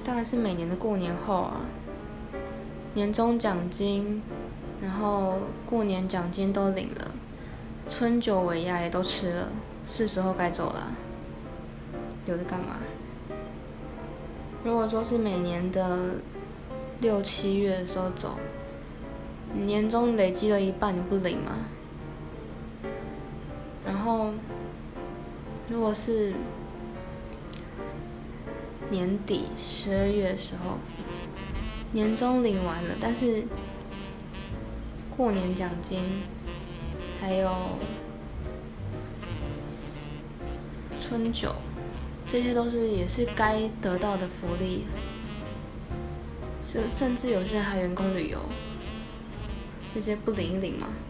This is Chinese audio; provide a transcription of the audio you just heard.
当然是每年的过年后啊，年终奖金，然后过年奖金都领了，春酒尾牙也都吃了，是时候该走了啊。留着干嘛？如果说是每年的6、7月的时候走，你年终累积了一半，你不领吗？然后，如果是年底12月的时候，年终领完了，但是过年奖金还有春酒，这些都是也是该得到的福利，甚至有些人还员工旅游，这些不领一领吗？